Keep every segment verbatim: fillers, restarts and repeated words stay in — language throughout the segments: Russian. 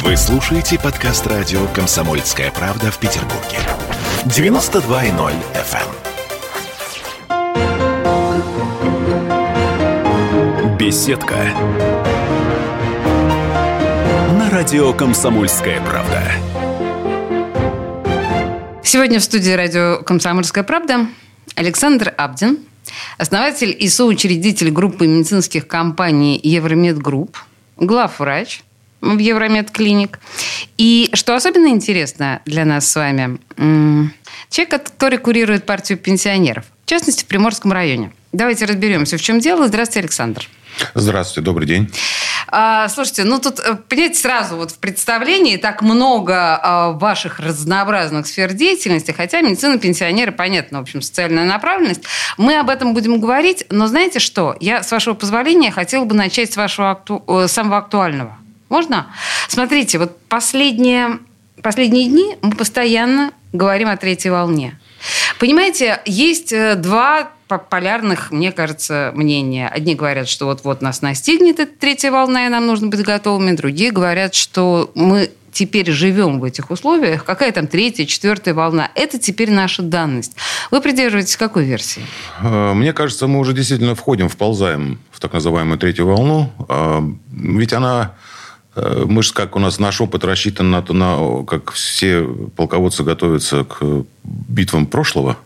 Вы слушаете подкаст радио «Комсомольская правда» в Петербурге. девяносто два и ноль эф эм. Беседка. На радио «Комсомольская правда». Сегодня в студии радио «Комсомольская правда» Александр Абдин, основатель и соучредитель группы медицинских компаний «Евромед Групп», главврач в Евромед Клиник. И что особенно интересно для нас с вами, человек, который курирует партию пенсионеров, в частности, в Приморском районе. Давайте разберемся, в чем дело. Здравствуйте, Александр. Здравствуйте, добрый день. А, слушайте, ну тут, понимаете, сразу вот в представлении так много а, ваших разнообразных сфер деятельности, хотя медицина, пенсионеры, понятно, в общем, социальная направленность. Мы об этом будем говорить, но знаете что? Я, с вашего позволения, хотела бы начать с вашего акту... самого актуального. Можно? Смотрите, вот последние, последние дни мы постоянно говорим о третьей волне. Понимаете, есть два полярных, мне кажется, мнения. Одни говорят, что вот-вот нас настигнет эта третья волна, и нам нужно быть готовыми. Другие говорят, что мы теперь живем в этих условиях. Какая там третья, четвертая волна? Это теперь наша данность. Вы придерживаетесь какой версии? Мне кажется, мы уже действительно входим, вползаем в так называемую третью волну. Ведь она... Мы же, как у нас наш опыт рассчитан на то, на, как все полководцы готовятся к битвам прошлого.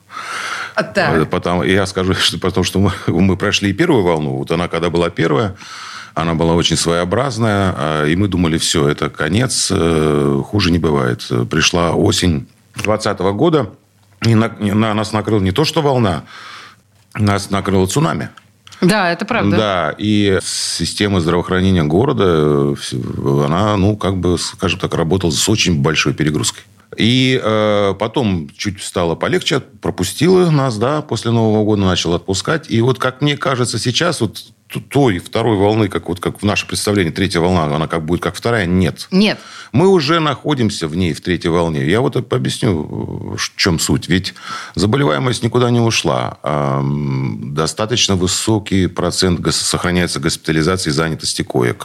А Потому, я скажу, что потому что мы, мы прошли первую волну. Вот она, когда была первая, она была очень своеобразная. И мы думали, все, это конец, хуже не бывает. Пришла осень двадцатого года, и на, на нас накрыла не то, что волна, нас накрыло цунами. Да, это правда. Да, и система здравоохранения города, она, ну, как бы, скажем так, работала с очень большой перегрузкой. И э, потом чуть стало полегче, пропустила нас, да, после Нового года начала отпускать. И вот, как мне кажется, сейчас вот той второй волны, как вот как в наше представление, третья волна, она как будет как вторая, нет. Нет. Мы уже находимся в ней, в третьей волне. Я вот объясню, в чем суть. Ведь заболеваемость никуда не ушла. Достаточно высокий процент сохраняется госпитализации и занятости коек.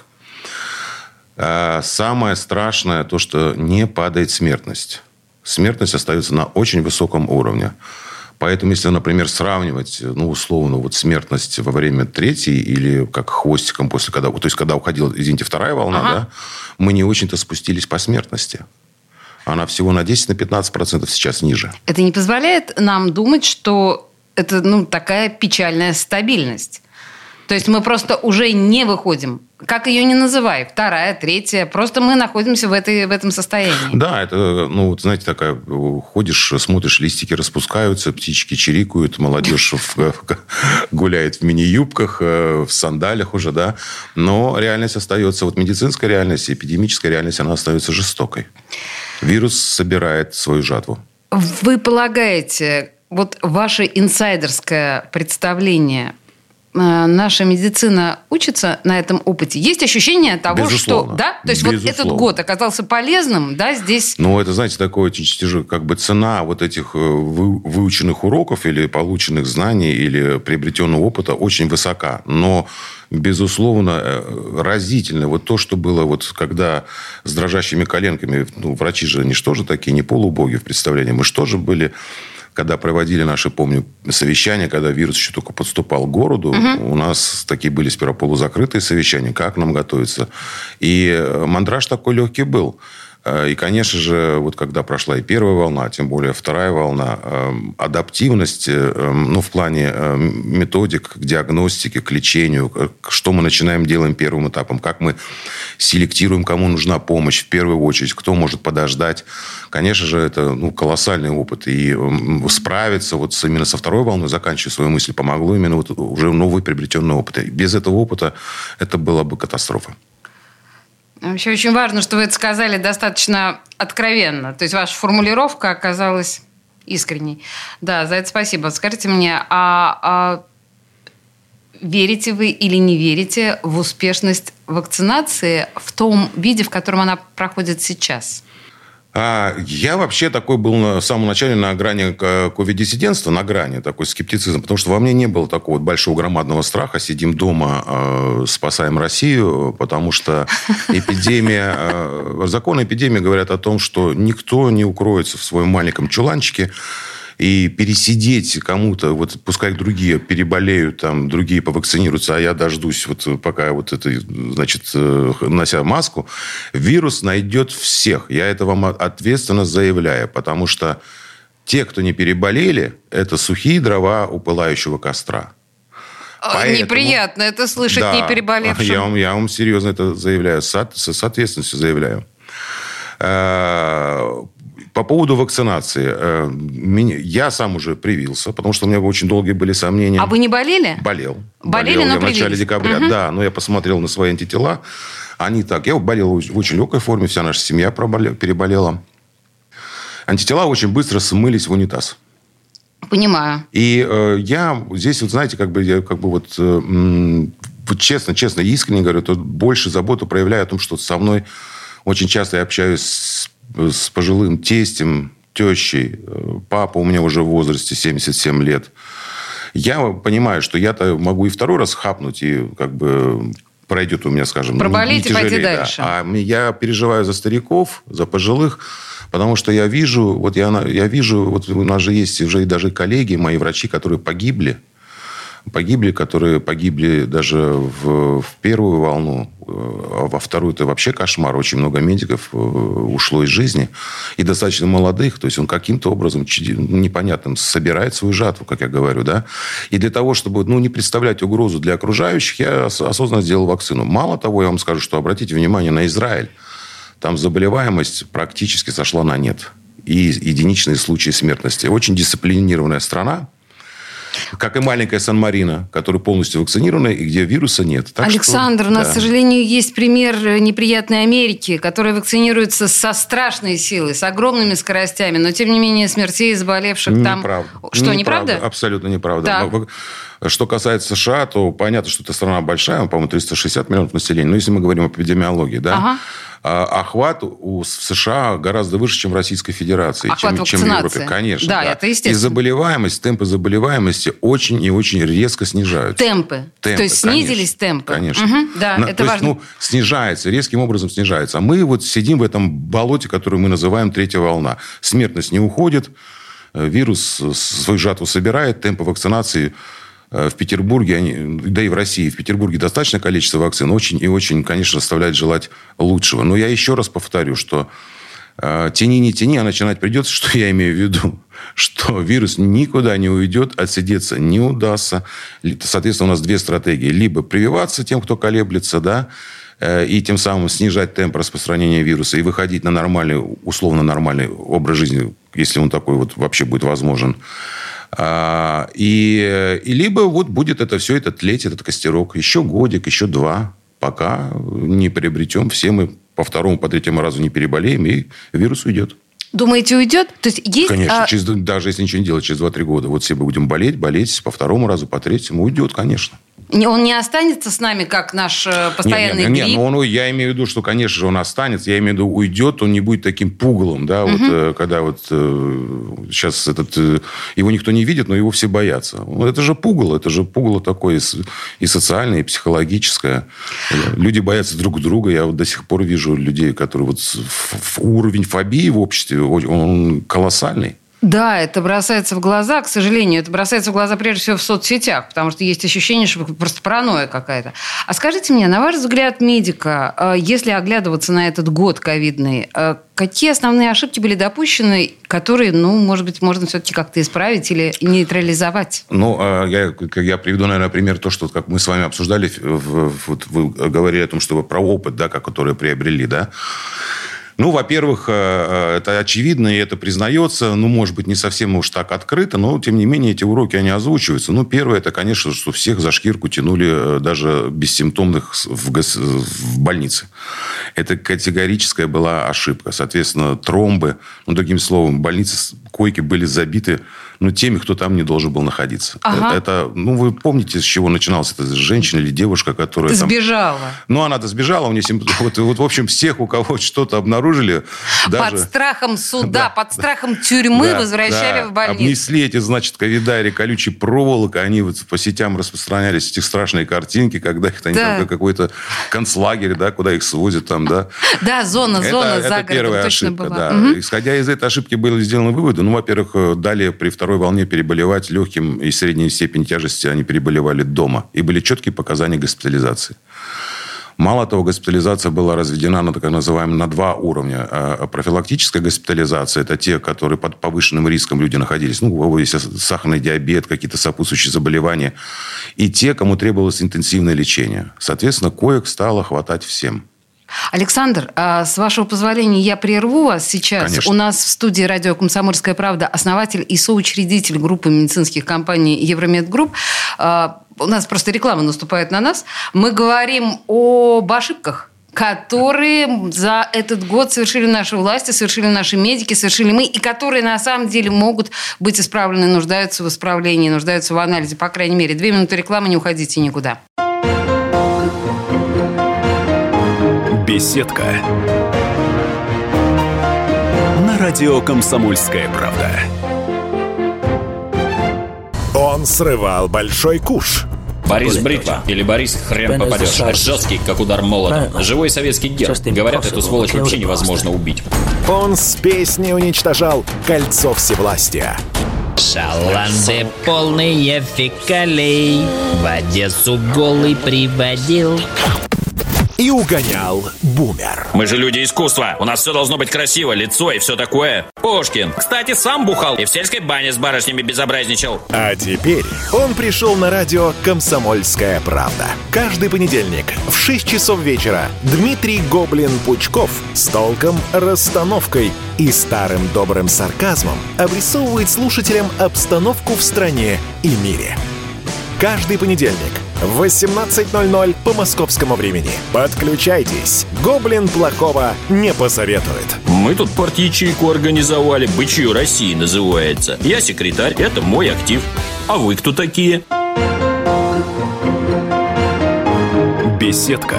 Самое страшное то, что не падает смертность. Смертность остается на очень высоком уровне. Поэтому, если, например, сравнивать, ну, условно, вот смертность во время третьей или как хвостиком после, когда, то есть, когда уходила, извините, вторая волна, ага. да, мы не очень-то спустились по смертности. Она всего на десять-пятнадцать процентов сейчас ниже. Это не позволяет нам думать, что это, ну, такая печальная стабильность. То есть мы просто уже не выходим. Как ее ни называй, вторая, третья, просто мы находимся в, этой, в этом состоянии. Да, это, ну, вот, знаете, такая, ходишь, смотришь, листики распускаются, птички чирикают, молодежь гуляет в мини-юбках, в сандалях уже, да. Но реальность остается, вот медицинская реальность, эпидемическая реальность, она остается жестокой. Вирус собирает свою жатву. Вы полагаете, вот ваше инсайдерское представление, наша медицина учится на этом опыте? Есть ощущение того, Безусловно. что... Да? То есть Безусловно. Вот этот год оказался полезным, да, здесь... Ну, это, знаете, такое тяжелое, как бы цена вот этих вы, выученных уроков или полученных знаний, или приобретенного опыта очень высока. Но, безусловно, разительно вот то, что было, вот когда с дрожащими коленками, ну, врачи же, они что же такие, не полубоги в представлении, мы что же были... Когда проводили наши, помню, совещания, когда вирус еще только подступал к городу, угу. у нас такие были сперва полузакрытые совещания, как нам готовиться. И мандраж такой легкий был. И, конечно же, вот когда прошла и первая волна, тем более вторая волна, адаптивность, ну, в плане методик к диагностике, к лечению, что мы начинаем делаем первым этапом, как мы селектируем, кому нужна помощь в первую очередь, кто может подождать. Конечно же, это, ну, колоссальный опыт. И справиться вот именно со второй волной, заканчивая свою мысль, помогло именно вот уже новый приобретенный опыт. И без этого опыта это была бы катастрофа. Вообще очень важно, что вы это сказали достаточно откровенно. То есть ваша формулировка оказалась искренней. Да, за это спасибо. Скажите мне, а, а верите вы или не верите в успешность вакцинации в том виде, в котором она проходит сейчас? Я вообще такой был на самом начале на грани ковид-диссидентства, на грани такой скептицизм, потому что во мне не было такого вот большого громадного страха. Сидим дома, спасаем Россию, потому что эпидемия, законы эпидемии говорят о том, что никто не укроется в своем маленьком чуланчике. И пересидеть кому-то, вот пускай другие переболеют, там, другие повакцинируются, а я дождусь, вот, пока вот это, значит, нося маску, вирус найдет всех. Я это вам ответственно заявляю, потому что те, кто не переболели, это сухие дрова у пылающего костра. Поэтому, неприятно это слышать, да, не переболевшим. Я вам, я вам серьезно это заявляю, с, с ответственностью заявляю. По поводу вакцинации. Я сам уже привился, потому что у меня очень долгие были сомнения. А вы не болели? Болел. Болели, болел но я в начале декабря. Угу. Да, но я посмотрел на свои антитела. Они так. Я болел в очень легкой форме. Вся наша семья переболела. Антитела очень быстро смылись в унитаз. Понимаю. И э, я здесь, вот знаете, как бы, я, как бы вот, э, вот честно, честно, искренне говорю, то больше заботу проявляю о том, что со мной очень часто я общаюсь с с пожилым тестем, тещей. Папа у меня уже в возрасте семьдесят семь лет. Я понимаю, что я-то могу и второй раз хапнуть, и как бы пройдет у меня, скажем, проболеть и пойти дальше. Да. А я переживаю за стариков, за пожилых, потому что я вижу, вот я, я вижу, вот у нас же есть уже даже коллеги, мои врачи, которые погибли. Погибли, которые погибли даже в, в первую волну, а во вторую это вообще кошмар. Очень много медиков ушло из жизни. И достаточно молодых. То есть он каким-то образом непонятным собирает свою жатву, как я говорю. Да? И для того, чтобы ну, не представлять угрозу для окружающих, я осознанно сделал вакцину. Мало того, я вам скажу, что обратите внимание на Израиль. Там заболеваемость практически сошла на нет. И единичные случаи смертности. Очень дисциплинированная страна. Как и маленькая Сан-Марино, которая полностью вакцинирована и где вируса нет. Так Александр, что, у нас, да. к сожалению, есть пример неприятной Америки, которая вакцинируется со страшной силой, с огромными скоростями, но, тем не менее, смертей заболевших там... Неправда. Что, неправда? неправда? Абсолютно неправда. Так. Что касается США, то понятно, что эта страна большая, по-моему, триста шестьдесят миллионов населения. Но если мы говорим о эпидемиологии, да, ага. охват у США гораздо выше, чем в Российской Федерации, охват чем, чем в Европе. Конечно. Да, да. это естественно. И заболеваемость, темпы заболеваемости очень и очень резко снижаются. Темпы. темпы То есть конечно, снизились темпы. Конечно. Угу, да, Но, это то важно. Есть, ну, снижается, резким образом снижается. А мы вот сидим в этом болоте, которое мы называем третья волна. Смертность не уходит, вирус свою жатву собирает, темпы вакцинации в Петербурге, они, да и в России, в Петербурге достаточное количество вакцин, очень и очень, конечно, оставляет желать лучшего. Но я еще раз повторю, что э, тяни, не тяни, а начинать придется, что я имею в виду, что вирус никуда не уйдет, отсидеться не удастся. Соответственно, у нас две стратегии. Либо прививаться тем, кто колеблется, да, э, и тем самым снижать темп распространения вируса и выходить на нормальный, условно нормальный образ жизни, если он такой вот вообще будет возможен. И, и либо вот будет это все, это тлеть, этот костерок. Еще годик, еще два, пока не приобретем. Все мы по второму, по третьему разу не переболеем, и вирус уйдет. Думаете, уйдет? То есть есть... Конечно, а... через, даже если ничего не делать, через два-три года. Вот все мы будем болеть, болеть, по второму разу, по третьему уйдет, конечно. Он не останется с нами, как наш постоянный нет, нет, грипп? Нет, ну, я имею в виду, что, конечно же, он останется. Я имею в виду, уйдет, он не будет таким пугалом. Да, угу. вот, когда вот сейчас этот, его никто не видит, но его все боятся. Это же пугало. Это же пугало такое и социальное, и психологическое. Люди боятся друг друга. Я вот до сих пор вижу людей, которые... Вот, уровень фобии в обществе, он колоссальный. Да, это бросается в глаза, к сожалению. Это бросается в глаза прежде всего в соцсетях, потому что есть ощущение, что просто паранойя какая-то. А скажите мне, на ваш взгляд медика, если оглядываться на этот год ковидный, какие основные ошибки были допущены, которые, ну, может быть, можно все-таки как-то исправить или нейтрализовать? Ну, я, я приведу, наверное, пример то, что как мы с вами обсуждали, вот вы говорили о том, что вы про опыт, да, который приобрели, да. Ну, во-первых, это очевидно, и это признается. Ну, может быть, не совсем уж так открыто, но, тем не менее, эти уроки, они озвучиваются. Ну, первое, это, конечно, что всех за шкирку тянули даже бессимптомных в, гос... в больнице. Это категорическая была ошибка. Соответственно, тромбы, ну, другим словом, больницы, койки были забиты ну, теми, кто там не должен был находиться. Ага. Это, ну, вы помните, с чего начиналась эта женщина или девушка, которая... Там... Сбежала. Ну, она-то сбежала, у нее... Вот, вот, в общем, всех, у кого что-то обнаружили... Даже... Под страхом суда, да, под страхом тюрьмы да, возвращали да. в больницу. Обнесли эти, значит, ковидари колючей проволокой, они вот по сетям распространялись, эти страшные картинки, когда их они да. там какой-то концлагерь, да, куда их свозят там, да. Да, зона, зона это, за это городом первая точно ошибка, была. да. Угу. Исходя из этой ошибки были сделаны выводы. Ну, во-первых, далее при второй волне переболевать легким и средней степени тяжести они переболевали дома. И были четкие показания госпитализации. Мало того, госпитализация была разведена на так называемые на два уровня. А профилактическая госпитализация – это те, которые под повышенным риском люди находились. Ну, у кого есть сахарный диабет, какие-то сопутствующие заболевания. И те, кому требовалось интенсивное лечение. Соответственно, коек стало хватать всем. Александр, а с вашего позволения я прерву вас сейчас. Конечно. У нас в студии радио «Комсомольская правда» основатель и соучредитель группы медицинских компаний «Евромед Групп». У нас просто реклама наступает на нас. Мы говорим об ошибках, которые за этот год совершили наши власти, совершили наши медики, совершили мы, и которые на самом деле могут быть исправлены, нуждаются в исправлении, нуждаются в анализе, по крайней мере. Две минуты рекламы, не уходите никуда. Беседка. На радио «Комсомольская правда». Он срывал большой куш. Борис Бритва или Борис хрен попадешь. Жесткий, как удар молотом. Живой советский герб. Говорят, эту сволочь вообще невозможно убить. Он с песней уничтожал кольцо всевластия. Шаланды полные фекалей в Одессу голый приводил. И угонял бумер. Мы же люди искусства. У нас все должно быть красиво, лицо и все такое. Пушкин, кстати, сам бухал и в сельской бане с барышнями безобразничал. А теперь он пришел на радио «Комсомольская правда». Каждый понедельник в шесть часов вечера Дмитрий Гоблин-Пучков с толком, расстановкой и старым добрым сарказмом обрисовывает слушателям обстановку в стране и мире. Каждый понедельник в восемнадцать ноль ноль по московскому времени. Подключайтесь. Гоблин плохого не посоветует. Мы тут парт-ячейку организовали. «Бычью России» называется. Я секретарь, это мой актив. А вы кто такие? Беседка.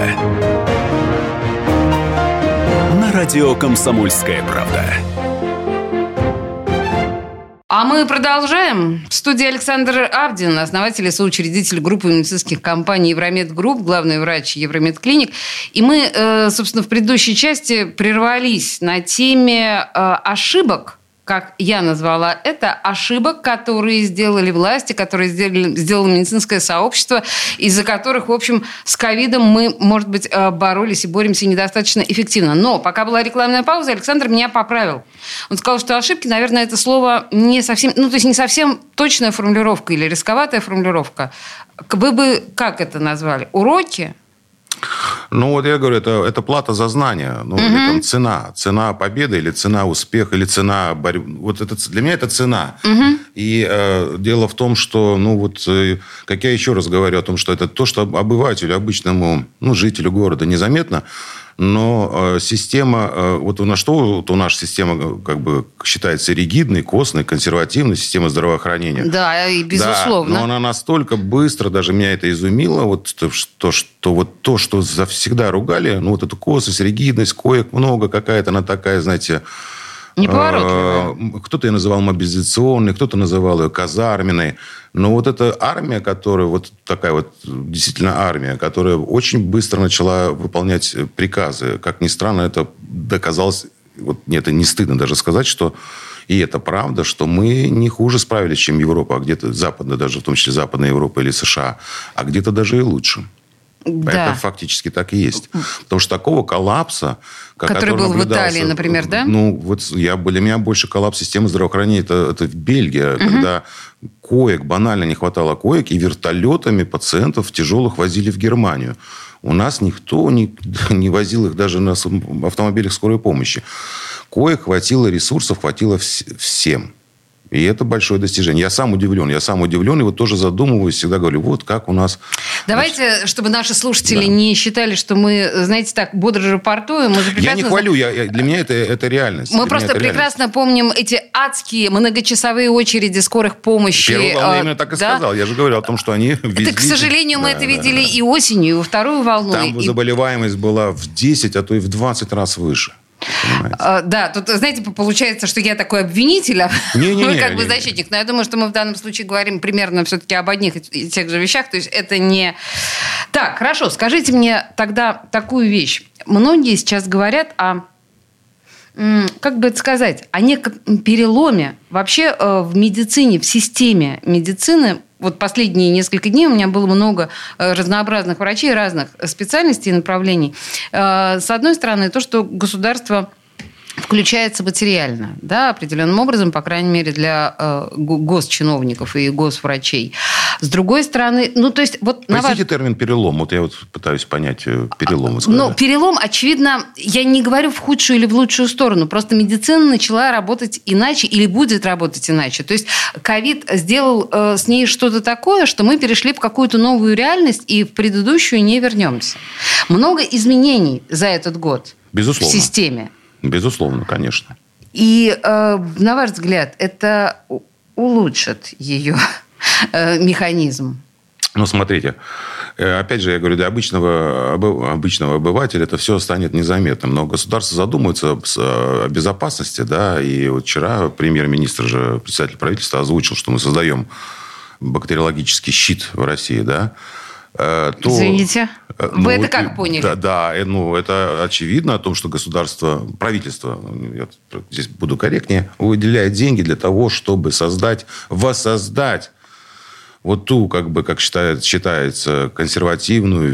На радио «Комсомольская правда». А мы продолжаем. В студии Александр Авдин, основатель и соучредитель группы медицинских компаний «Евромед Групп», главный врач «Евромед Клиник». И мы, собственно, в предыдущей части прервались на теме ошибок, как я назвала это, ошибок, которые сделали власти, которые сделали, сделало медицинское сообщество, из-за которых, в общем, с ковидом мы, может быть, боролись и боремся недостаточно эффективно. Но пока была рекламная пауза, Александр меня поправил. Он сказал, что ошибки, наверное, это слово не совсем, ну, то есть не совсем точная формулировка или рисковатая формулировка. Вы бы как это назвали? Уроки? Ну, вот я говорю, это, это плата за знания. Ну, uh-huh. или там цена. Цена победы, или цена успеха, или цена борьбы. Вот это, для меня это цена. Uh-huh. И э, дело в том, что, ну, вот, э, как я еще раз говорю о том, что это то, что обывателю, обычному, ну, жителю города незаметно, но э, система, э, вот у нас что, вот у наша система как бы считается ригидной, костной, консервативной, система здравоохранения. Да, и безусловно. Да, но она настолько быстро, даже меня это изумило, вот то, что, что вот то, что завсегда ругали, ну, вот эту косость, ригидность, коек много какая-то, она такая, знаете... Неповоротливая. Кто-то ее называл мобилизационной, кто-то называл ее казарменной. Но вот эта армия, которая вот такая вот действительно армия, которая очень быстро начала выполнять приказы. Как ни странно, это доказалось, вот мне это не стыдно даже сказать, что и это правда, что мы не хуже справились, чем Европа, а где-то западная, даже в том числе Западная Европа или США, а где-то даже и лучше. Да. Это фактически так и есть. Потому что такого коллапса... Который, который был в Италии, например, да? Ну, вот я, для меня больше коллапс системы здравоохранения это, это Бельгия, угу. когда коек, банально не хватало коек, и вертолетами пациентов тяжелых возили в Германию. У нас никто не, не возил их даже на автомобилях скорой помощи. Коек хватило, ресурсов хватило вс- всем. И это большое достижение. Я сам удивлен. Я сам удивлен, и вот тоже задумываюсь, всегда говорю, вот как у нас... Давайте, значит, чтобы наши слушатели да. не считали, что мы, знаете, так бодро рапортуем. Мы же прекрасно... Я не хвалю, я, я, для меня это, это реальность. Мы для просто прекрасно реальность. Помним эти адские многочасовые очереди скорых помощи. Первую волну а, я именно так и да? сказал. Я же говорил о том, что они везли... Это, к сожалению, мы да, это да, видели да. и осенью, и во вторую волну. Там и... заболеваемость была в десять, а то и в двадцать раз выше. А, да, тут, знаете, получается, что я такой обвинитель, а не, не, вы не, как не, бы не. защитник. Но я думаю, что мы в данном случае говорим примерно все-таки об одних и тех же вещах. То есть это не... Так, хорошо, скажите мне тогда такую вещь. Многие сейчас говорят о... Как бы это сказать? О неком переломе вообще в медицине, в системе медицины. Вот последние несколько дней у меня было много разнообразных врачей разных специальностей и направлений. С одной стороны, то, что государство включается материально, да, определенным образом, по крайней мере, для э, госчиновников и госврачей. С другой стороны, ну, то есть... вот Простите ваш... термин «перелом». Вот я вот пытаюсь понять перелом. Ну, перелом, очевидно, я не говорю в худшую или в лучшую сторону. Просто медицина начала работать иначе или будет работать иначе. То есть ковид сделал э, с ней что-то такое, что мы перешли в какую-то новую реальность и в предыдущую не вернемся. Много изменений за этот год. Безусловно. В системе. Безусловно, конечно. И, э, на ваш взгляд, это улучшит ее э, механизм? Ну, смотрите, опять же, я говорю, для обычного, обычного обывателя это все станет незаметным. Но государство задумывается о безопасности, да, и вот вчера премьер-министр же, председатель правительства озвучил, что мы создаем бактериологический щит в России, да. То, Извините, вы ну, это как поняли? Да, да, ну, это очевидно о том, что государство, правительство, я здесь буду корректнее, выделяет деньги для того, чтобы создать, воссоздать вот ту, как бы, как считает, считается, консервативную,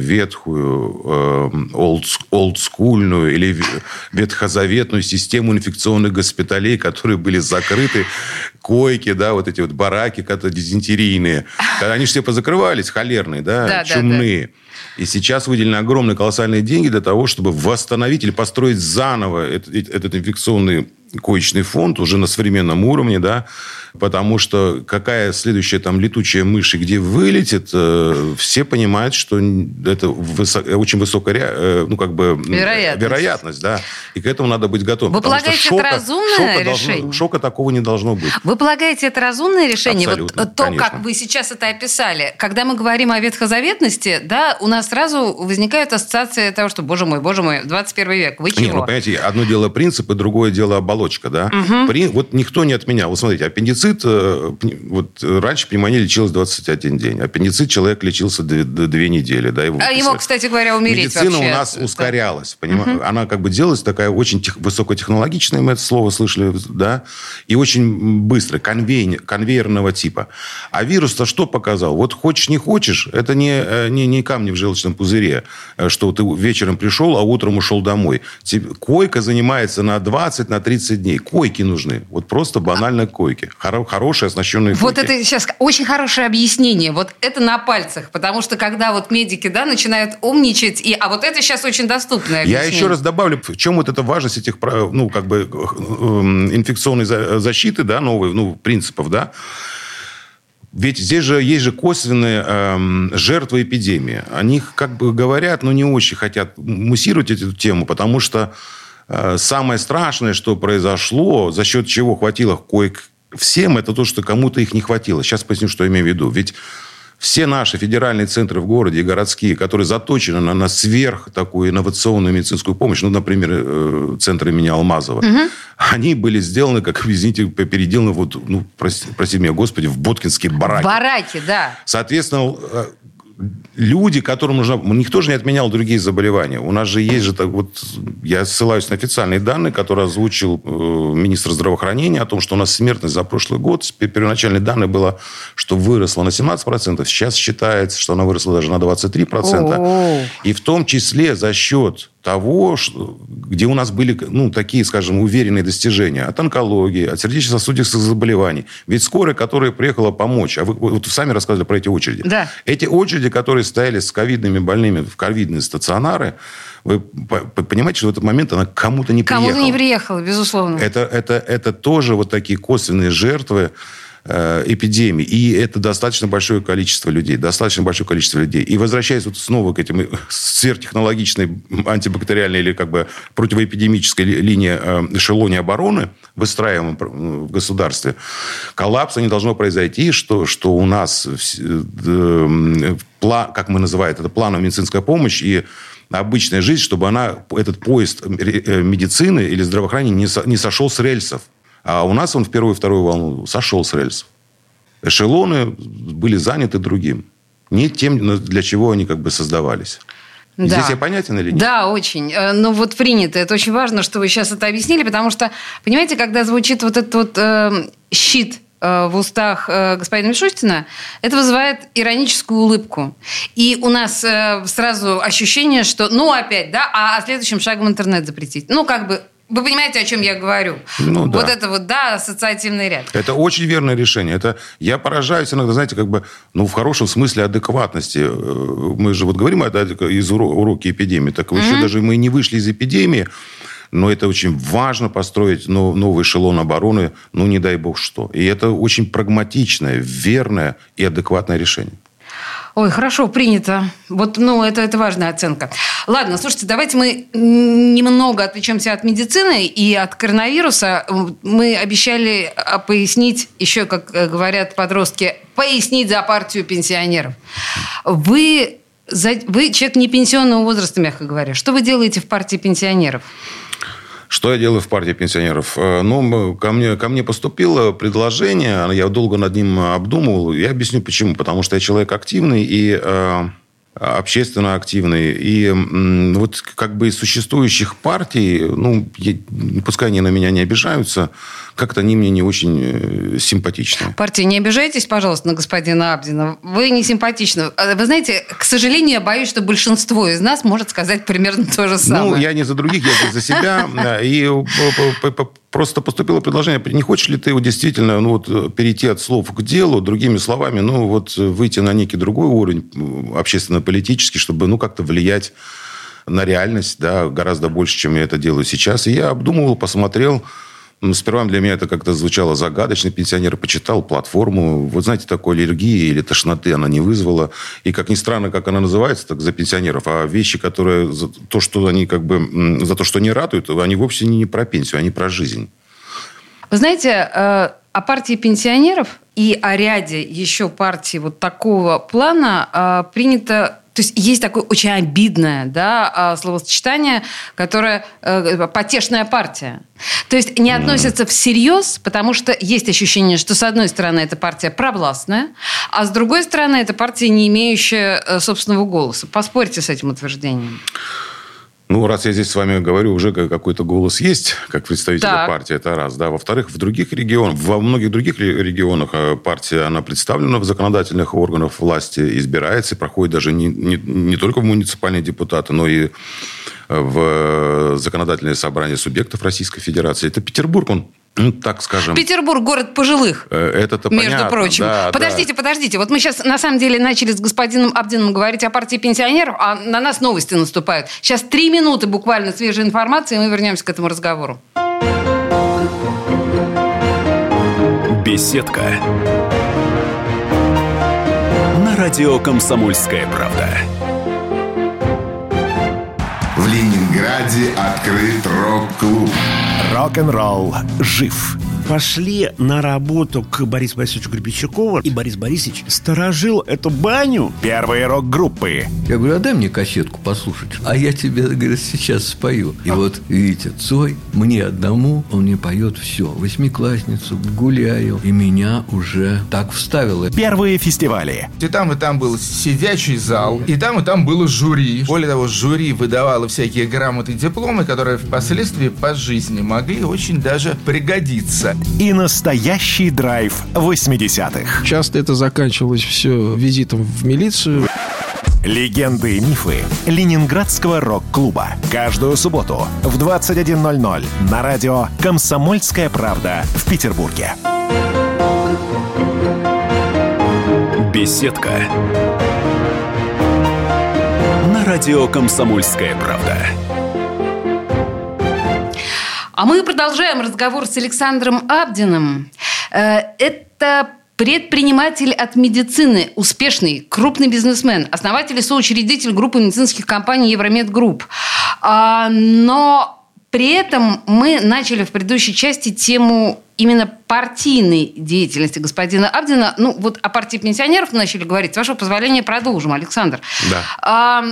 ветхую, олд, олдскульную или ветхозаветную систему инфекционных госпиталей, которые были закрыты, койки, да, вот эти вот бараки, которые дизентерийные. Они же все позакрывались, холерные, да, да чумные. Да, да. И сейчас выделены огромные колоссальные деньги для того, чтобы восстановить или построить заново этот, этот инфекционный коечный фонд уже на современном уровне, да, потому что какая следующая там летучая мышь и где вылетит, э, все понимают, что это высо- очень высокая э, ну, как бы, вероятность. вероятность, да, и к этому надо быть готовым. Вы полагаете, шока, это разумное шока решение? Должно, шока такого не должно быть. Вы полагаете, это разумное решение? Абсолютно, вот то, конечно. как вы сейчас это описали. Когда мы говорим о ветхозаветности, да, у нас сразу возникают ассоциации того, что, боже мой, боже мой, двадцать первый век, вы чего? Не, ну, понимаете, одно дело принцип, и другое дело оболочка, да. Угу. При, вот никто не отменял. Вот смотрите, аппендицит, вот раньше пневмония лечилась двадцать один день. Аппендицит человек лечился две, две недели. Да, его а ему, кстати говоря, умереть Медицина вообще. у нас ускорялась. Понимаете? Угу. Она как бы делалась такая очень тех, высокотехнологичная, мы это слово слышали, да, и очень быстро, конвей, конвейерного типа. А вирус-то что показал? Вот хочешь, не хочешь, это не, не, не камни в желчном пузыре, что ты вечером пришел, а утром ушел домой. Койка занимается на двадцать, на тридцать дней. Койки нужны. Вот просто банально койки. Хоро- хорошие, оснащенные койки. Вот это сейчас очень хорошее объяснение. Вот это на пальцах. Потому что когда вот медики, да, начинают умничать, и, а вот это сейчас очень доступное объяснение. Я еще раз добавлю, в чем вот эта важность этих, ну, как бы, инфекционной защиты, да, новых, ну, принципов, да. Ведь здесь же есть же косвенные э, жертвы эпидемии. Они, как бы говорят, но не очень хотят муссировать эту тему, потому что э, самое страшное, что произошло, за счет чего хватило коек всем, это то, что кому-то их не хватило. Сейчас поясню, что я имею в виду. Ведь все наши федеральные центры в городе и городские, которые заточены на, на сверх такую инновационную медицинскую помощь, ну, например, центр имени Алмазова, угу. они были сделаны, как, извините, переделаны, вот, ну, прости, прости меня, Господи, в боткинские бараки. Бараки, да. Соответственно, люди, которым нужно... Никто же не отменял другие заболевания. У нас же есть же... Так, вот, я ссылаюсь на официальные данные, которые озвучил э, министр здравоохранения, о том, что у нас смертность за прошлый год, первоначальные данные было, что выросла на семнадцать процентов. Сейчас считается, что она выросла даже на двадцать три процента. О-о-о. И в том числе за счет того, что, где у нас были, ну, такие, скажем, уверенные достижения от онкологии, от сердечно-сосудистых заболеваний. Ведь скорая, которая приехала помочь, а вы, вот вы сами рассказывали про эти очереди. Да. Эти очереди, которые стояли с ковидными больными в ковидные стационары, вы понимаете, что в этот момент она кому-то не приехала. Кому-то не приехала, безусловно. Это, это, это тоже вот такие косвенные жертвы эпидемии. И это достаточно большое количество людей. Достаточно большое количество людей. И возвращаясь вот снова к этим сверхтехнологичной антибактериальной или как бы противоэпидемической линии эшелоне обороны, выстраиваемой в государстве, коллапса не должно произойти, что, что у нас, как мы называем это, плановая медицинская помощь и обычная жизнь, чтобы она, этот поезд медицины или здравоохранения не сошел с рельсов. А у нас он в первую и вторую волну сошел с рельсов. Эшелоны были заняты другим. Не тем, для чего они как бы создавались. Да. Здесь я понятен или нет? Да, очень. Ну, вот принято. Это очень важно, что вы сейчас это объяснили, потому что, понимаете, когда звучит вот этот вот э, щит э, в устах э, господина Мишустина, это вызывает ироническую улыбку. И у нас э, сразу ощущение, что, ну, опять, да, а, а следующим шагом интернет запретить. Ну, как бы, вы понимаете, о чем я говорю? Ну, да. Вот это вот, да, ассоциативный ряд. Это очень верное решение. Это, я поражаюсь иногда, знаете, как бы, ну, в хорошем смысле адекватности. Мы же вот говорим это из уроки эпидемии. Так mm-hmm. еще даже мы не вышли из эпидемии, но это очень важно построить новый эшелон обороны, ну, не дай бог что. И это очень прагматичное, верное и адекватное решение. Ой, хорошо, принято. Вот, ну, это, это важная оценка. Ладно, слушайте, давайте мы немного отвлечемся от медицины и от коронавируса. Мы обещали пояснить, еще, как говорят подростки, пояснить за партию пенсионеров. Вы, вы человек не пенсионного возраста, мягко говоря. Что вы делаете в партии пенсионеров? Что я делаю в партии пенсионеров? Ну, ко мне, ко мне поступило предложение, я долго над ним обдумывал. Я объясню, почему. Потому что я человек активный и э, общественно активный. И э, вот как бы из существующих партий, ну, я, пускай они на меня не обижаются, как-то они мне не очень симпатичны. Партия, не обижайтесь, пожалуйста, на господина Абдина. Вы не симпатичны. Вы знаете, к сожалению, я боюсь, что большинство из нас может сказать примерно то же самое. Ну, я не за других, я за себя. И просто поступило предложение, не хочешь ли ты действительно ну, вот, перейти от слов к делу, другими словами, ну, вот выйти на некий другой уровень общественно-политический, чтобы ну, как-то влиять на реальность, да, гораздо больше, чем я это делаю сейчас. И я обдумывал, посмотрел. Сперва для меня это как-то звучало загадочно. Пенсионер почитал платформу. Вот знаете, такой аллергии или тошноты она не вызвала. И как ни странно, как она называется, так за пенсионеров. А вещи, которые... За то, что они как бы... За то, что они ратуют, они вовсе не про пенсию, они про жизнь. Вы знаете, о партии пенсионеров и о ряде еще партий вот такого плана принято... То есть есть такое очень обидное да, словосочетание, которое э, потешная партия. То есть не относятся всерьез, потому что есть ощущение, что с одной стороны это партия провластная, а с другой стороны это партия, не имеющая э, собственного голоса. Поспорьте с этим утверждением. Ну, раз я здесь с вами говорю, уже какой-то голос есть, как представителя так. партии, это раз. Да. Во-вторых, в других регионах, во многих других регионах партия, она представлена в законодательных органах власти, избирается и проходит даже не, не, не только в муниципальные депутаты, но и в законодательное собрание субъектов Российской Федерации. Это Петербург, он, ну, так скажем... Петербург – город пожилых, это-то между понятно, прочим. Да, подождите, да. подождите. Вот мы сейчас, на самом деле, начали с господином Абдиным говорить о партии пенсионеров, а на нас новости наступают. Сейчас три минуты буквально свежей информации, и мы вернемся к этому разговору. Беседка. На радио «Комсомольская правда». В Ленинграде открыт рок-клуб. Рок-н-ролл жив. Пошли на работу к Борису Борисовичу Гребенщикову, и Борис Борисович сторожил эту баню. Первые рок-группы. Я говорю, а дай мне кассетку послушать. А я тебе, говорит, сейчас спою. И вот, видите, Цой, мне одному, он мне поет все. Восьмиклассницу, гуляю. И меня уже так вставило. Первые фестивали. И там, и там был сидячий зал, и там, и там было жюри. Более того, жюри выдавало всякие грамоты и дипломы, которые впоследствии по жизни могли очень даже пригодиться. И настоящий драйв восьмидесятых. Часто это заканчивалось все визитом в милицию. Легенды и мифы Ленинградского рок-клуба. Каждую субботу в двадцать один ноль ноль на радио «Комсомольская правда» в Петербурге. Беседка. На радио «Комсомольская правда». А мы продолжаем разговор с Александром Абдиным. Это Это предприниматель от медицины, успешный, крупный бизнесмен, основатель и соучредитель группы медицинских компаний Евромед Групп. А, но при этом мы начали в предыдущей части тему именно партийной деятельности господина Абдина. Ну, вот о партии пенсионеров начали говорить. С вашего позволения продолжим, Александр. Да. А,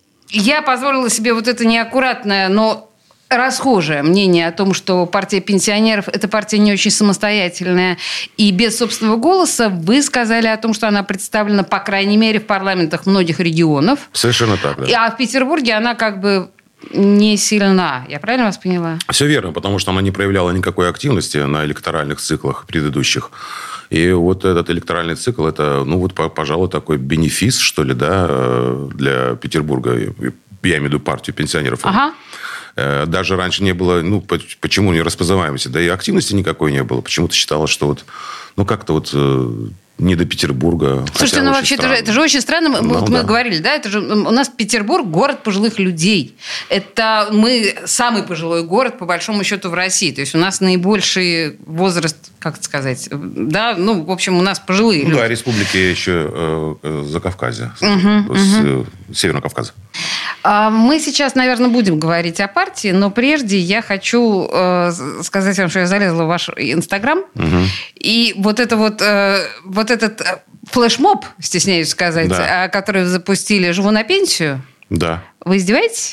я позволила себе вот это неаккуратное, но расхожее мнение о том, что партия пенсионеров – это партия не очень самостоятельная и без собственного голоса. Вы сказали о том, что она представлена, по крайней мере, в парламентах многих регионов. Совершенно так, да. А в Петербурге она как бы не сильна. Я правильно вас поняла? Все верно, потому что она не проявляла никакой активности на электоральных циклах предыдущих. И вот этот электоральный цикл – это, ну, вот, пожалуй, такой бенефис, что ли, да, для Петербурга. Я имею в виду партию пенсионеров. Ага. Даже раньше не было, ну, почему не распознаваемости? Да и активности никакой не было. Почему-то считалось, что вот, ну, как-то вот не до Петербурга. Слушайте, ну вообще это же, это же очень странно. Мы, ну, вот да. мы говорили, да, это же у нас Петербург город пожилых людей. Это мы самый пожилой город по большому счету в России. То есть у нас наибольший возраст, как это сказать, да, ну в общем у нас пожилые ну, люди. Да, республики еще э, Закавказья, угу, с, угу. Северного Кавказа. Мы сейчас, наверное, будем говорить о партии, но прежде я хочу э, сказать вам, что я залезла в ваш Инстаграм, угу. и вот это вот, э, вот этот флешмоб, стесняюсь сказать, да. который вы запустили «Живу на пенсию». Да. Вы издеваетесь?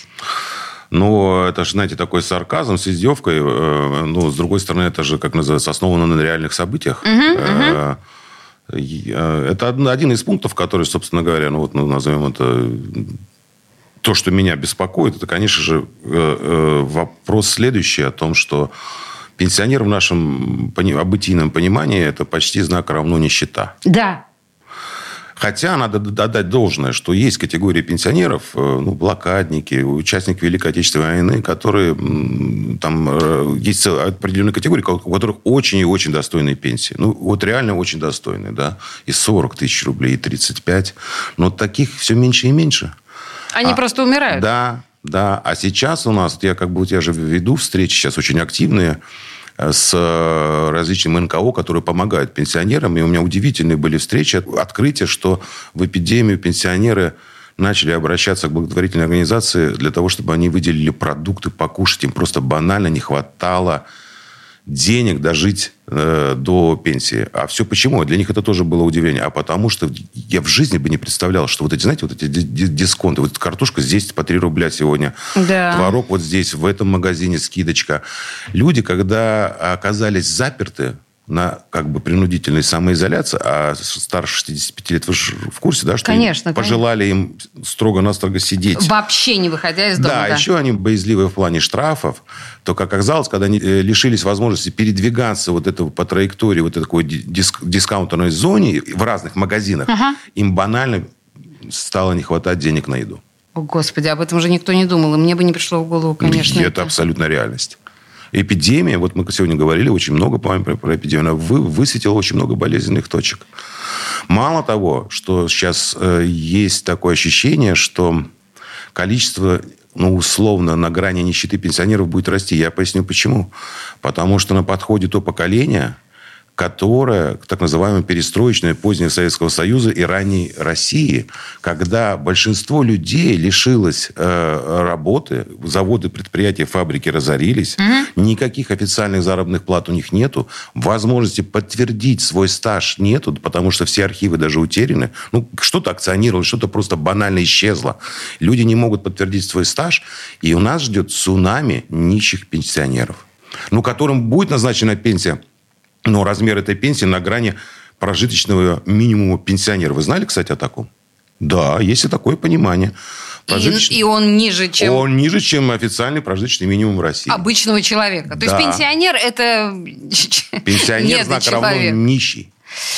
Ну, это же, знаете, такой сарказм с издевкой. Ну, с другой стороны, это же, как называется, основано на реальных событиях. Угу, угу. Это один из пунктов, который, собственно говоря, ну, вот, ну, назовем это... То, что меня беспокоит, это, конечно же, вопрос следующий о том, что пенсионер в нашем обытийном понимании – это почти знак равно нищета. Да. Хотя надо отдать должное, что есть категории пенсионеров, ну, блокадники, участники Великой Отечественной войны, которые там есть определенные категории, у которых очень и очень достойные пенсии. Ну, вот реально очень достойные, да. И сорок тысяч рублей, и тридцать пять. Но таких все меньше и меньше. Они а, просто умирают. Да, да. А сейчас у нас, я как бы, вот я же веду встречи сейчас очень активные с различными эн ка о, которые помогают пенсионерам. И у меня удивительные были встречи, открытия, что в эпидемию пенсионеры начали обращаться к благотворительной организации для того, чтобы они выделили продукты покушать. Им просто банально не хватало денег дожить э, до пенсии. А все почему? Для них это тоже было удивление. А потому что я в жизни бы не представлял, что вот эти, знаете, вот эти дисконты. Вот эта картошка здесь по три рубля сегодня. Да. Творог вот здесь, в этом магазине скидочка. Люди, когда оказались заперты на как бы принудительной самоизоляции, а старше шестидесяти пяти лет, вы же в курсе, да, что конечно, пожелали конечно. им строго-настрого сидеть. Вообще не выходя из дома. Да, да, еще они боязливые в плане штрафов. То, как оказалось, когда они лишились возможности передвигаться вот это, по траектории вот этой такой диск, дискаунтерной зоне в разных магазинах, ага. им банально стало не хватать денег на еду. О, Господи, об этом же никто не думал. И мне бы не пришло в голову, конечно. Это, это абсолютно реальность. Эпидемия, вот мы сегодня говорили очень много по про, про эпидемию, она вы, высветила очень много болезненных точек. Мало того, что сейчас э, есть такое ощущение, что количество, ну, условно, на грани нищеты пенсионеров будет расти. Я поясню, почему. Потому что на подходе то поколение, которое, так называемое перестроечное, позднее Советского Союза и ранней России, когда большинство людей лишилось э, работы, заводы, предприятия, фабрики разорились, угу. никаких официальных заработных плат у них нету, возможности подтвердить свой стаж нету, потому что все архивы даже утеряны. Ну, что-то акционировалось, что-то просто банально исчезло. Люди не могут подтвердить свой стаж, и у нас ждет цунами нищих пенсионеров, ну, которым будет назначена пенсия. Но размер этой пенсии на грани прожиточного минимума пенсионера. Вы знали, кстати, о таком? Да, есть и такое понимание. Прожиточ... И, и он ниже, чем... Он ниже, чем официальный прожиточный минимум в России. Обычного человека. То да. есть пенсионер – это... Пенсионер, знак равно нищий.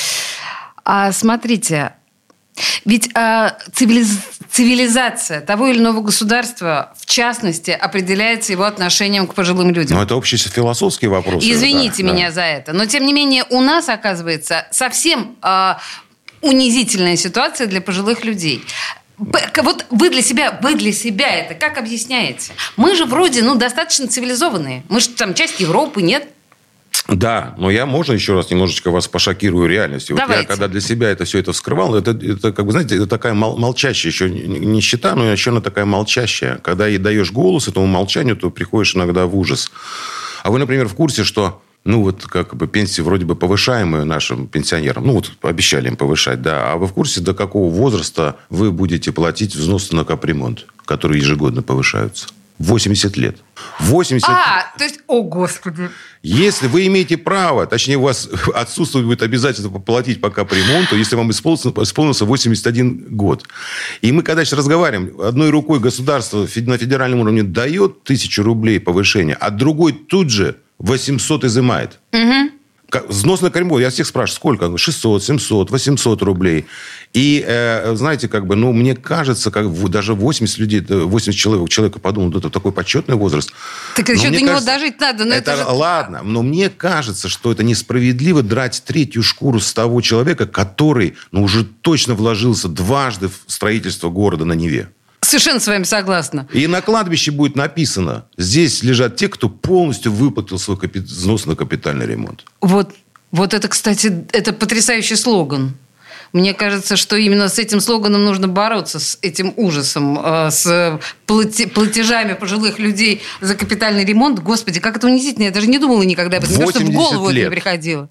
А, смотрите, ведь а, цивилиз... цивилизация того или иного государства, в частности, определяется его отношением к пожилым людям. Но это общефилософский вопрос. Извините да, меня да. за это. Но, тем не менее, у нас, оказывается, совсем а, унизительная ситуация для пожилых людей. Вот вы для себя, вы для себя это как объясняете? Мы же вроде, ну, достаточно цивилизованные. Мы же там часть Европы, нет? Да, но я, можно еще раз немножечко вас пошокирую реальностью. Вот я, когда для себя это все это вскрывал, это, это, как бы, знаете, это такая мол, молчащая еще нищета, но еще она такая молчащая. Когда ей даешь голос этому молчанию, то приходишь иногда в ужас. А вы, например, в курсе, что, ну, вот как бы пенсии вроде бы повышаемые нашим пенсионерам, ну, вот обещали им повышать, да, а вы в курсе, до какого возраста вы будете платить взносы на капремонт, которые ежегодно повышаются? восемьдесят лет. восемьдесят... А, то есть, о, Господи. Если вы имеете право, точнее, у вас отсутствует будет обязательство платить по капремонту, если вам исполнился, исполнился восемьдесят один год. И мы, когда сейчас разговариваем, одной рукой государство на федеральном уровне дает тысячу рублей повышения, а другой тут же восемьсот изымает. Угу. Взнос на капремонт, я всех спрашиваю, сколько? шестьсот, семьсот, восемьсот рублей. И, э, знаете, как бы, ну, мне кажется, как даже восемьдесят людей, восемьдесят человек, человека подумал, это такой почетный возраст. Так еще до него дожить надо. Но это, это же... Ладно, но мне кажется, что это несправедливо драть третью шкуру с того человека, который, ну, уже точно вложился дважды в строительство города на Неве. Совершенно с вами согласна. И на кладбище будет написано: здесь лежат те, кто полностью выплатил свой капит... взнос на капитальный ремонт. Вот, вот это, кстати, это потрясающий слоган. Мне кажется, что именно с этим слоганом нужно бороться, с этим ужасом, с платежами пожилых людей за капитальный ремонт. Господи, как это унизительно. Я даже не думала никогда об этом. Мне кажется, в голову это не приходило.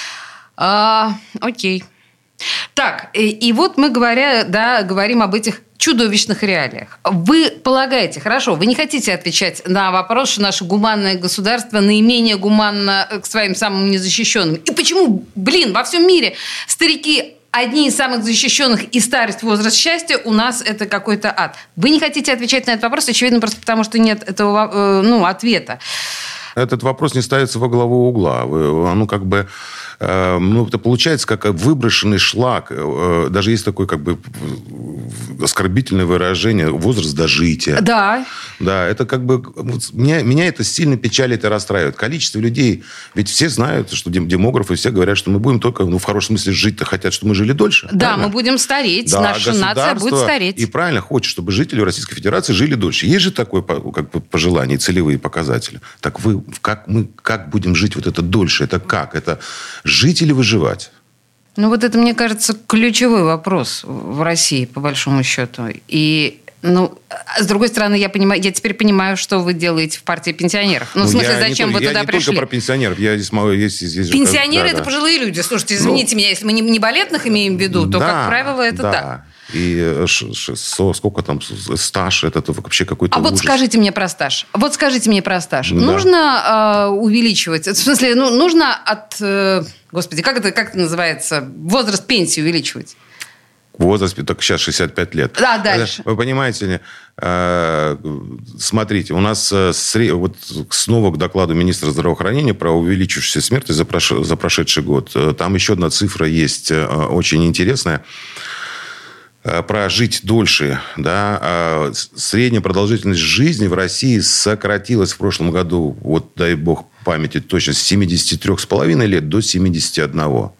А, окей. Так, и, и вот мы говоря, да, говорим об этих чудовищных реалиях. Вы полагаете, хорошо, вы не хотите отвечать на вопрос, что наше гуманное государство наименее гуманно к своим самым незащищенным. И почему, блин, во всем мире старики одни из самых защищенных, и старость, возраст счастья у нас это какой-то ад. Вы не хотите отвечать на этот вопрос, очевидно, просто потому, что нет этого, ну, ответа. Этот вопрос не ставится во главу угла. Оно как бы... Ну, это получается как выброшенный шлак. Даже есть такое как бы оскорбительное выражение: возраст дожития. Да. Да, это как бы... Меня, меня это сильно печалит и расстраивает. Количество людей... Ведь все знают, что демографы все говорят, что мы будем только, ну, в хорошем смысле, жить-то хотят, чтобы мы жили дольше. Да, правильно? Мы будем стареть. Да, наша нация будет стареть. И правильно хочет, чтобы жители Российской Федерации жили дольше. Есть же такое как бы пожелание, целевые показатели. Так вы как, мы как будем жить вот это дольше? Это как? Это... Жить или выживать? Ну, вот это, мне кажется, ключевой вопрос в России, по большому счету. И, ну, с другой стороны, я понимаю, я теперь понимаю, что вы делаете в партии пенсионеров. Ну, в смысле, зачем вы туда пришли? Я не только про пенсионеров. Я здесь, здесь, здесь Пенсионеры – да, это да. пожилые люди. Слушайте, извините ну, меня, если мы не балетных имеем в виду, то, да, как правило, это да. так. И сколько там стаж, это вообще какой-то А ужас. вот скажите мне про стаж. Вот скажите мне про стаж. Да. Нужно э, увеличивать, в смысле, ну, нужно от, э, господи, как это, как это называется, возраст пенсии увеличивать? Возраст, так сейчас шестьдесят пять лет. Да, дальше. Вы понимаете ли, э, смотрите, у нас э, вот снова к докладу министра здравоохранения про увеличившуюся смертность за, прош, за прошедший год. Там еще одна цифра есть э, очень интересная. Про жить дольше. Да? Средняя продолжительность жизни в России сократилась в прошлом году, вот дай бог памяти точно, с семидесяти трёх с половиной лет до семидесяти одного.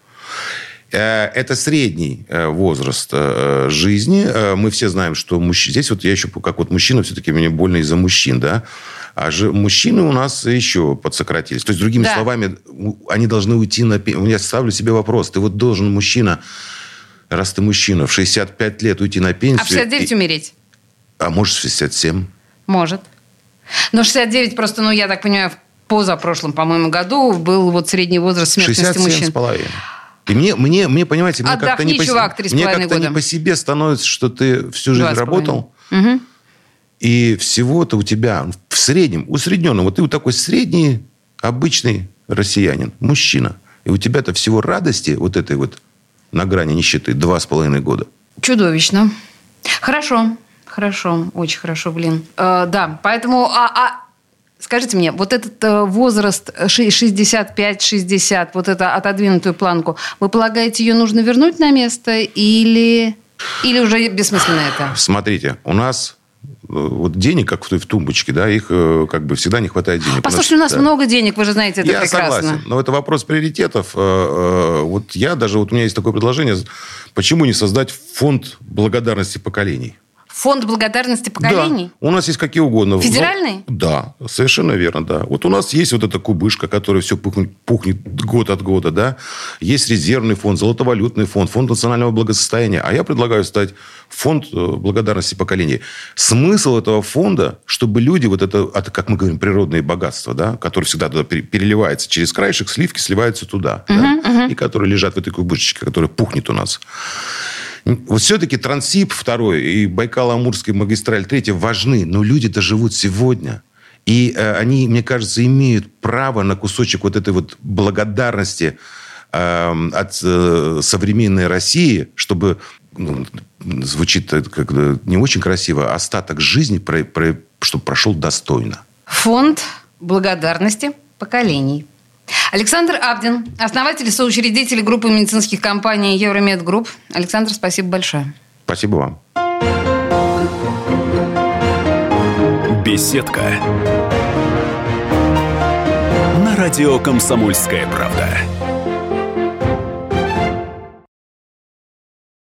Это средний возраст жизни. Мы все знаем, что мужчина... Здесь вот я еще как вот мужчина, все-таки мне больно из-за мужчин, да? А же мужчины у нас еще подсократились. То есть, другими да. словами, они должны уйти на... Я ставлю себе вопрос. Ты вот должен, мужчина... Раз ты мужчина, в шестьдесят пять лет уйти на пенсию... А в шестьдесят девять и... умереть? А может, в шестьдесят семь? Может. Но шестьдесят девять просто, ну, я так понимаю, в позапрошлом, по-моему, году был вот средний возраст смертности мужчин. шестьдесят семь с половиной. И мне, мне, мне, понимаете, мне Отдохни, как-то, не по, чувак, мне как-то года. не по себе становится, что ты всю жизнь работал, угу. и всего-то у тебя в среднем, усредненно, вот ты вот такой средний, обычный россиянин, мужчина, и у тебя-то всего радости вот этой вот на грани нищеты два с половиной года. Чудовищно. Хорошо. Хорошо. Очень хорошо, блин. Э, да, поэтому... А, а, скажите мне, вот этот э, возраст шестьдесят пять шестьдесят, вот эту отодвинутую планку, вы полагаете, ее нужно вернуть на место или, или уже бессмысленно это? Смотрите, у нас... Вот денег, как в той в тумбочке, да, их как бы всегда не хватает денег. Послушайте, у нас, у нас да. много денег, вы же знаете это я прекрасно. Согласен, но это вопрос приоритетов. Вот я даже, вот у меня есть такое предложение, почему не создать фонд благодарности поколений? Фонд благодарности поколений? Да, у нас есть какие угодно. Федеральный? Ну, да, совершенно верно, да. Вот у нас есть вот эта кубышка, которая все пухнет, пухнет год от года, да. Есть резервный фонд, золотовалютный фонд, фонд национального благосостояния. А я предлагаю стать фонд благодарности поколений. Смысл этого фонда, чтобы люди, вот это, это как мы говорим, природные богатства, да, которые всегда туда переливаются через краешек, сливки сливаются туда, uh-huh, да, uh-huh. и которые лежат в этой кубышечке, которая пухнет у нас. Вот все-таки Транссиб второй и Байкало-Амурский магистраль третий важны, но люди-то живут сегодня. И э, они, мне кажется, имеют право на кусочек вот этой вот благодарности э, от э, современной России, чтобы, ну, звучит как не очень красиво, остаток жизни, про, про, чтобы прошел достойно. Фонд благодарности поколений. Александр Абдин, основатель и соучредитель группы медицинских компаний Евромед Групп. Александр, спасибо большое. Спасибо вам. Беседка. На радио «Комсомольская правда».